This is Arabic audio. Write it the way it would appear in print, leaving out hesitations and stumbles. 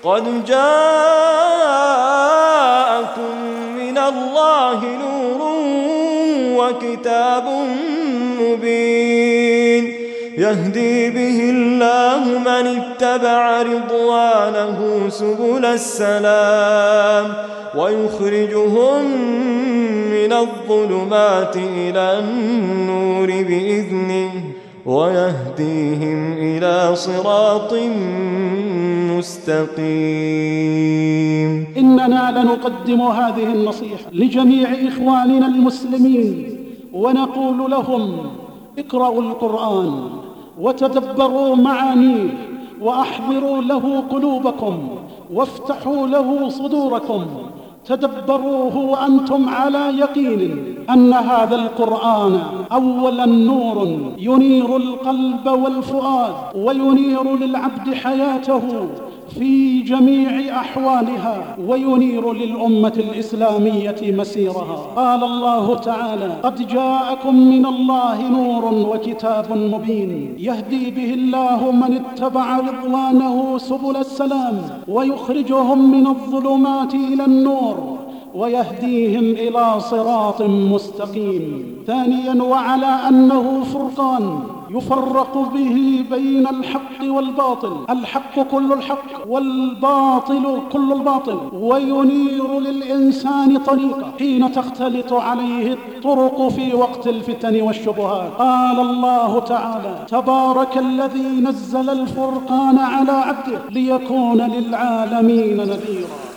قد جاءكم من الله نور وكتاب مبين يهدي به الله من اتبع رضوانه سبل السلام ويخرجهم من الظلمات إلى النور بإذنه ويهديهم إلى صراط مستقيم. إننا لنقدم هذه النصيحة لجميع إخواننا المسلمين ونقول لهم: اقرأوا القرآن وتدبروا معانيه وأحضروا له قلوبكم وافتحوا له صدوركم، تدبروه وأنتم على يقين أن هذا القرآن أولا نور ينير القلب والفؤاد وينير للعبد حياته في جميع أحوالها وينير للأمة الإسلامية مسيرها. قال الله تعالى: قد جاءكم من الله نور وكتاب مبين يهدي به الله من اتبع رضوانه سبل السلام ويخرجهم من الظلمات إلى النور ويهديهم إلى صراط مستقيم. ثانيا: وعلى أنه فرقان يفرق به بين الحق والباطل، الحق كل الحق والباطل كل الباطل، وينير للإنسان طريقه حين تختلط عليه الطرق في وقت الفتن والشبهات. قال الله تعالى: تبارك الذي نزل الفرقان على عبده ليكون للعالمين نذيرا.